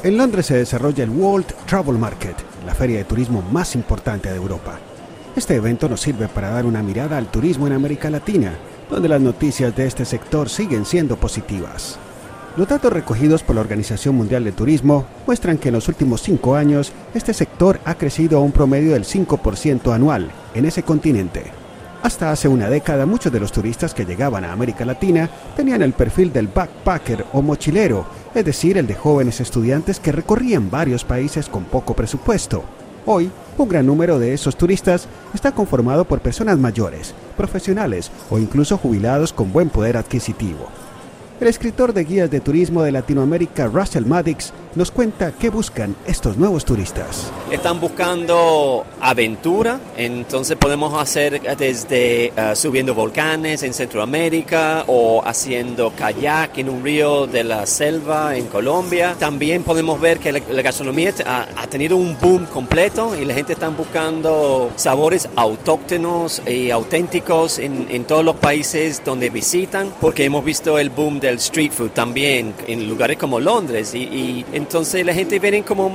En Londres se desarrolla el World Travel Market, la feria de turismo más importante de Europa. Este evento nos sirve para dar una mirada al turismo en América Latina, donde las noticias de este sector siguen siendo positivas. Los datos recogidos por la Organización Mundial de Turismo muestran que en los últimos 5 años este sector ha crecido a un promedio del 5% anual en ese continente. Hasta hace una década, muchos de los turistas que llegaban a América Latina tenían el perfil del backpacker o mochilero, es decir, el de jóvenes estudiantes que recorrían varios países con poco presupuesto. Hoy, un gran número de esos turistas está conformado por personas mayores, profesionales o incluso jubilados con buen poder adquisitivo. El escritor de guías de turismo de Latinoamérica, Russell Maddox, nos cuenta qué buscan estos nuevos turistas. Están buscando aventura, entonces podemos hacer desde subiendo volcanes en Centroamérica o haciendo kayak en un río de la selva en Colombia. También podemos ver que la gastronomía ha tenido un boom completo y la gente está buscando sabores autóctonos y auténticos en todos los países donde visitan, porque hemos visto el boom del street food también en lugares como Londres y entonces la gente viene como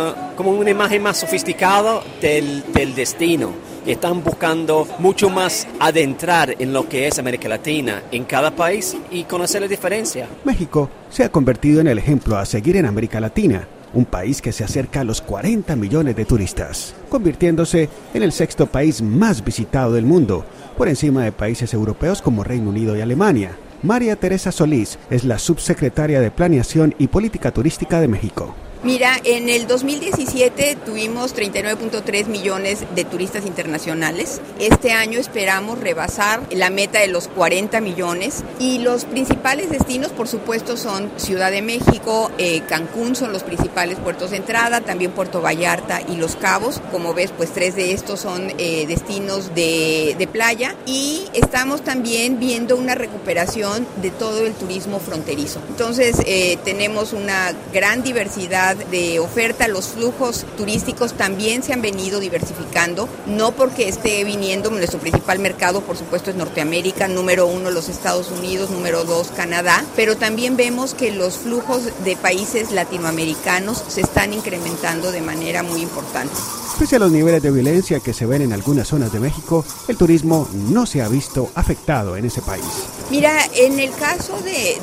una imagen más sofisticada del destino. Están buscando mucho más adentrar en lo que es América Latina en cada país y conocer la diferencia. México se ha convertido en el ejemplo a seguir en América Latina, un país que se acerca a los 40 millones de turistas, convirtiéndose en el 6º país más visitado del mundo, por encima de países europeos como Reino Unido y Alemania. María Teresa Solís es la subsecretaria de Planeación y Política Turística de México. Mira, en el 2017 tuvimos 39.3 millones de turistas internacionales. Este año esperamos rebasar la meta de los 40 millones. Y los principales destinos, por supuesto, son Ciudad de México, Cancún son los principales puertos de entrada, también Puerto Vallarta y Los Cabos. Como ves, pues 3 de estos son destinos de playa. Y estamos también viendo una recuperación de todo el turismo fronterizo. Entonces, tenemos una gran diversidad de oferta. Los flujos turísticos también se han venido diversificando, no porque esté viniendo, nuestro principal mercado por supuesto es Norteamérica, número 1 los Estados Unidos, número 2 Canadá, pero también vemos que los flujos de países latinoamericanos se están incrementando de manera muy importante. Pese a los niveles de violencia que se ven en algunas zonas de México, el turismo no se ha visto afectado en ese país. Mira, en el caso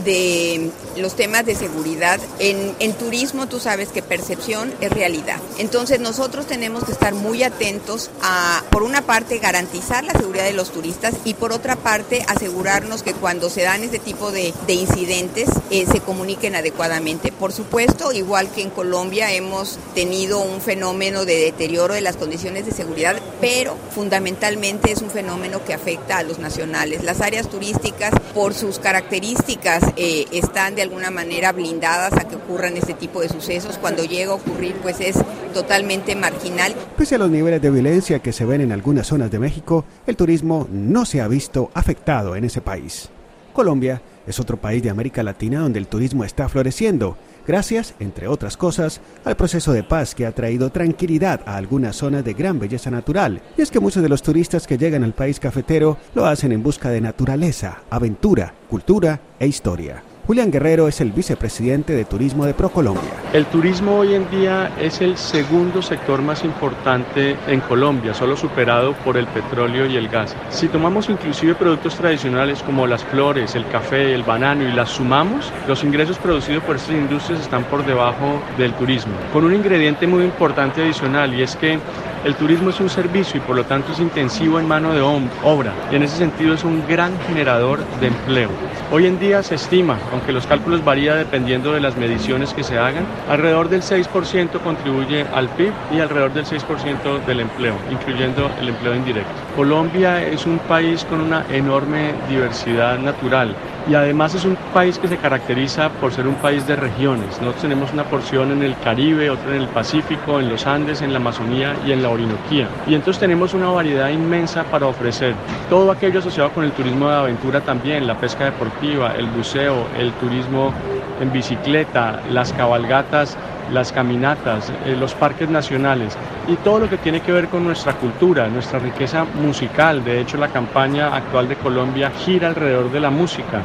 de los temas de seguridad, en turismo tú sabes que percepción es realidad. Entonces nosotros tenemos que estar muy atentos a, por una parte, garantizar la seguridad de los turistas y por otra parte, asegurarnos que cuando se dan este tipo de incidentes se comuniquen adecuadamente. Por supuesto, igual que en Colombia hemos tenido un fenómeno de deterioro de las condiciones de seguridad, pero fundamentalmente es un fenómeno que afecta a los nacionales. Las áreas turísticas, por sus características, están de alguna manera blindadas a que ocurran este tipo de sucesos. Cuando llega a ocurrir, pues es totalmente marginal. Pese a los niveles de violencia que se ven en algunas zonas de México, el turismo no se ha visto afectado en ese país. Colombia es otro país de América Latina donde el turismo está floreciendo, gracias, entre otras cosas, al proceso de paz que ha traído tranquilidad a algunas zonas de gran belleza natural. Y es que muchos de los turistas que llegan al país cafetero lo hacen en busca de naturaleza, aventura, cultura e historia. Julián Guerrero es el vicepresidente de Turismo de ProColombia. El turismo hoy en día es el segundo sector más importante en Colombia, solo superado por el petróleo y el gas. Si tomamos inclusive productos tradicionales como las flores, el café, el banano y las sumamos, los ingresos producidos por estas industrias están por debajo del turismo. Con un ingrediente muy importante adicional, y es que el turismo es un servicio y por lo tanto es intensivo en mano de obra, y en ese sentido es un gran generador de empleo. Hoy en día se estima, aunque los cálculos varían dependiendo de las mediciones que se hagan, alrededor del 6% contribuye al PIB y alrededor del 6% del empleo, incluyendo el empleo indirecto. Colombia es un país con una enorme diversidad natural y además es un país que se caracteriza por ser un país de regiones. Nosotros tenemos una porción en el Caribe, otra en el Pacífico, en los Andes, en la Amazonía y en la Orinoquía. Y entonces tenemos una variedad inmensa para ofrecer. Todo aquello asociado con el turismo de aventura también, la pesca deportiva, el buceo, el turismo en bicicleta, las cabalgatas, las caminatas, los parques nacionales y todo lo que tiene que ver con nuestra cultura, nuestra riqueza musical. De hecho, la campaña actual de Colombia gira alrededor de la música.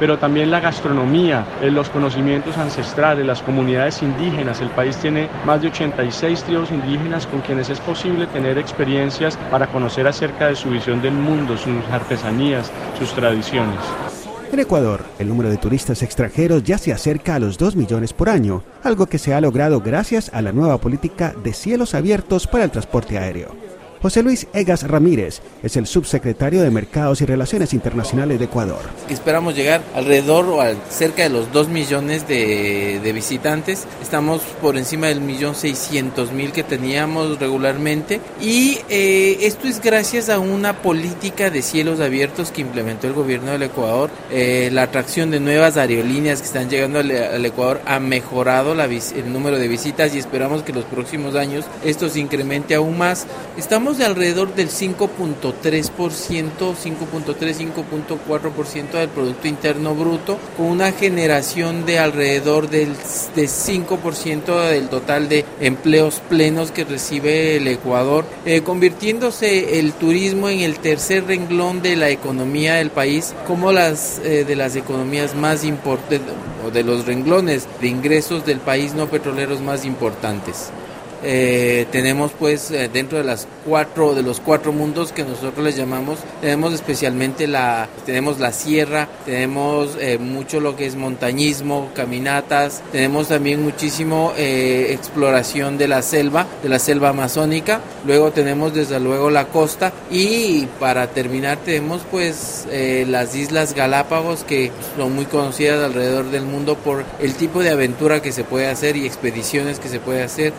pero también la gastronomía, los conocimientos ancestrales, las comunidades indígenas. El país tiene más de 86 tribus indígenas con quienes es posible tener experiencias para conocer acerca de su visión del mundo, sus artesanías, sus tradiciones. En Ecuador, el número de turistas extranjeros ya se acerca a los 2 millones por año, algo que se ha logrado gracias a la nueva política de cielos abiertos para el transporte aéreo. José Luis Egas Ramírez es el subsecretario de Mercados y Relaciones Internacionales de Ecuador. Esperamos llegar alrededor o cerca de los 2 millones de visitantes. Estamos por encima del 1.600.000 que teníamos regularmente y esto es gracias a una política de cielos abiertos que implementó el gobierno del Ecuador. La atracción de nuevas aerolíneas que están llegando al Ecuador ha mejorado el número de visitas y esperamos que los próximos años esto se incremente aún más. Estamos de alrededor del 5.4% del Producto Interno Bruto, con una generación de alrededor de 5% del total de empleos plenos que recibe el Ecuador, convirtiéndose el turismo en el tercer renglón de la economía del país, como de las economías más importantes, o de los renglones de ingresos del país no petroleros más importantes. Tenemos pues dentro de los 4 mundos que nosotros les llamamos, tenemos especialmente tenemos la sierra, tenemos mucho lo que es montañismo, caminatas, tenemos también muchísimo exploración de la selva amazónica, luego tenemos desde luego la costa y para terminar tenemos pues las Islas Galápagos, que son muy conocidas alrededor del mundo por el tipo de aventura que se puede hacer y expediciones que se puede hacer,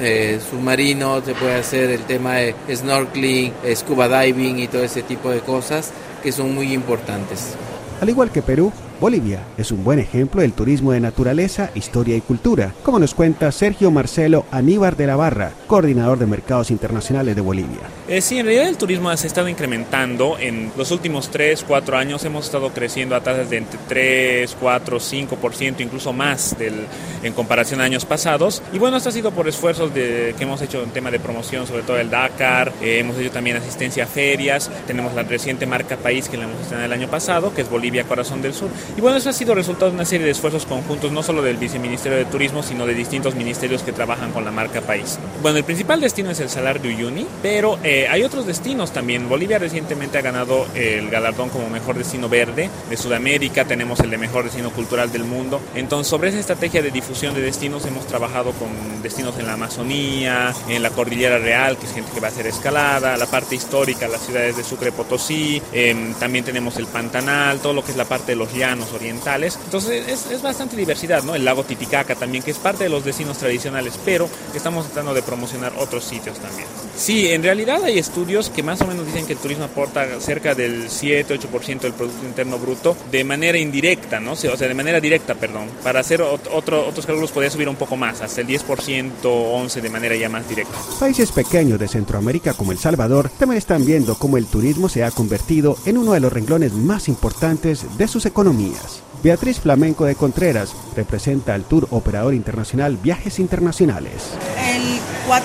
submarino, se puede hacer el tema de snorkeling, scuba diving y todo ese tipo de cosas que son muy importantes. Al igual que Perú, Bolivia es un buen ejemplo del turismo de naturaleza, historia y cultura, como nos cuenta Sergio Marcelo Aníbar de la Barra, coordinador de Mercados Internacionales de Bolivia. Sí, en realidad el turismo se ha estado incrementando. En los últimos 3-4 años hemos estado creciendo a tasas de entre 3, 4, 5%, incluso más en comparación a años pasados. Y bueno, esto ha sido por esfuerzos que hemos hecho en tema de promoción, sobre todo el Dakar. Hemos hecho también asistencia a ferias. Tenemos la reciente marca país que la hemos estrenado el año pasado, que es Bolivia Corazón del Sur. Y bueno, eso ha sido resultado de una serie de esfuerzos conjuntos, no solo del Viceministerio de Turismo, sino de distintos ministerios que trabajan con la marca país. Bueno, el principal destino es el Salar de Uyuni, pero hay otros destinos también. Bolivia recientemente ha ganado el galardón como mejor destino verde de Sudamérica, tenemos el de mejor destino cultural del mundo. Entonces, sobre esa estrategia de difusión de destinos hemos trabajado con destinos en la Amazonía, en la Cordillera Real, que es gente que va a hacer escalada, la parte histórica, las ciudades de Sucre, Potosí, también tenemos el Pantanal, todo lo que es la parte de los llanos orientales. Entonces es bastante diversidad, ¿no? El lago Titicaca también, que es parte de los destinos tradicionales, pero estamos tratando de promocionar otros sitios también. Sí, en realidad hay estudios que más o menos dicen que el turismo aporta cerca del 7-8% del Producto Interno Bruto de manera indirecta, ¿no? O sea, de manera directa, perdón. Para hacer otros cálculos podría subir un poco más, hasta el 10%, 11% de manera ya más directa. Países pequeños de Centroamérica como El Salvador también están viendo cómo el turismo se ha convertido en uno de los renglones más importantes de sus economías. Beatriz Flamenco de Contreras representa al Tour Operador Internacional Viajes Internacionales. El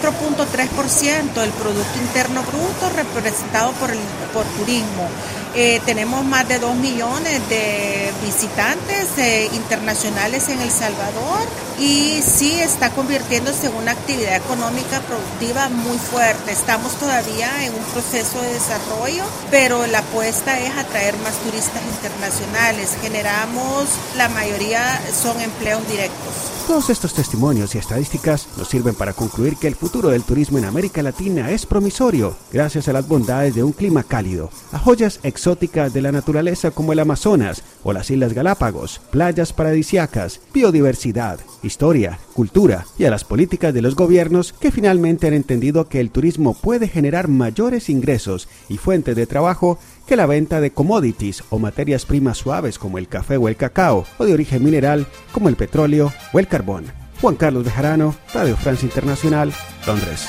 4.3% del Producto Interno Bruto representado por turismo. Tenemos más de 2 millones de visitantes internacionales en El Salvador y sí está convirtiéndose en una actividad económica productiva muy fuerte. Estamos todavía en un proceso de desarrollo, pero la apuesta es atraer más turistas internacionales. La mayoría son empleos directos. Todos estos testimonios y estadísticas nos sirven para concluir que el futuro del turismo en América Latina es promisorio, gracias a las bondades de un clima cálido, a joyas exóticas de la naturaleza como el Amazonas o las Islas Galápagos, playas paradisíacas, biodiversidad, historia, cultura y a las políticas de los gobiernos que finalmente han entendido que el turismo puede generar mayores ingresos y fuentes de trabajo que la venta de commodities o materias primas suaves como el café o el cacao, o de origen mineral como el petróleo o el carbón. Juan Carlos Bejarano, Radio France Internacional, Londres.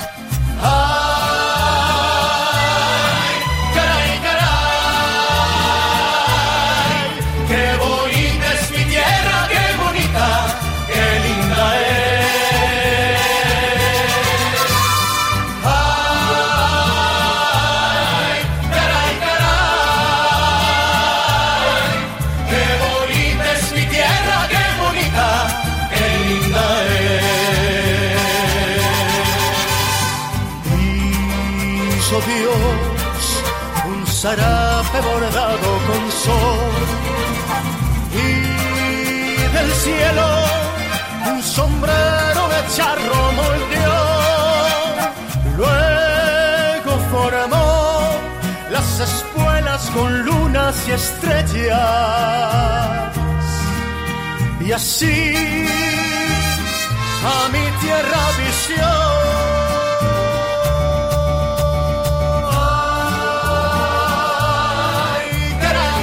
Dios un zarape bordado con sol, y del cielo un sombrero de charro moldeó. Luego formó las espuelas con lunas y estrellas, y así a mi tierra visió. Ay, caray,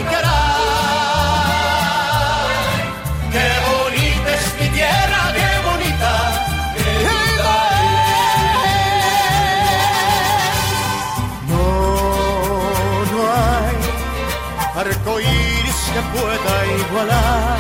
caray, qué bonita es mi tierra, qué bonita, qué bonita es. No hay arcoíris que pueda igualar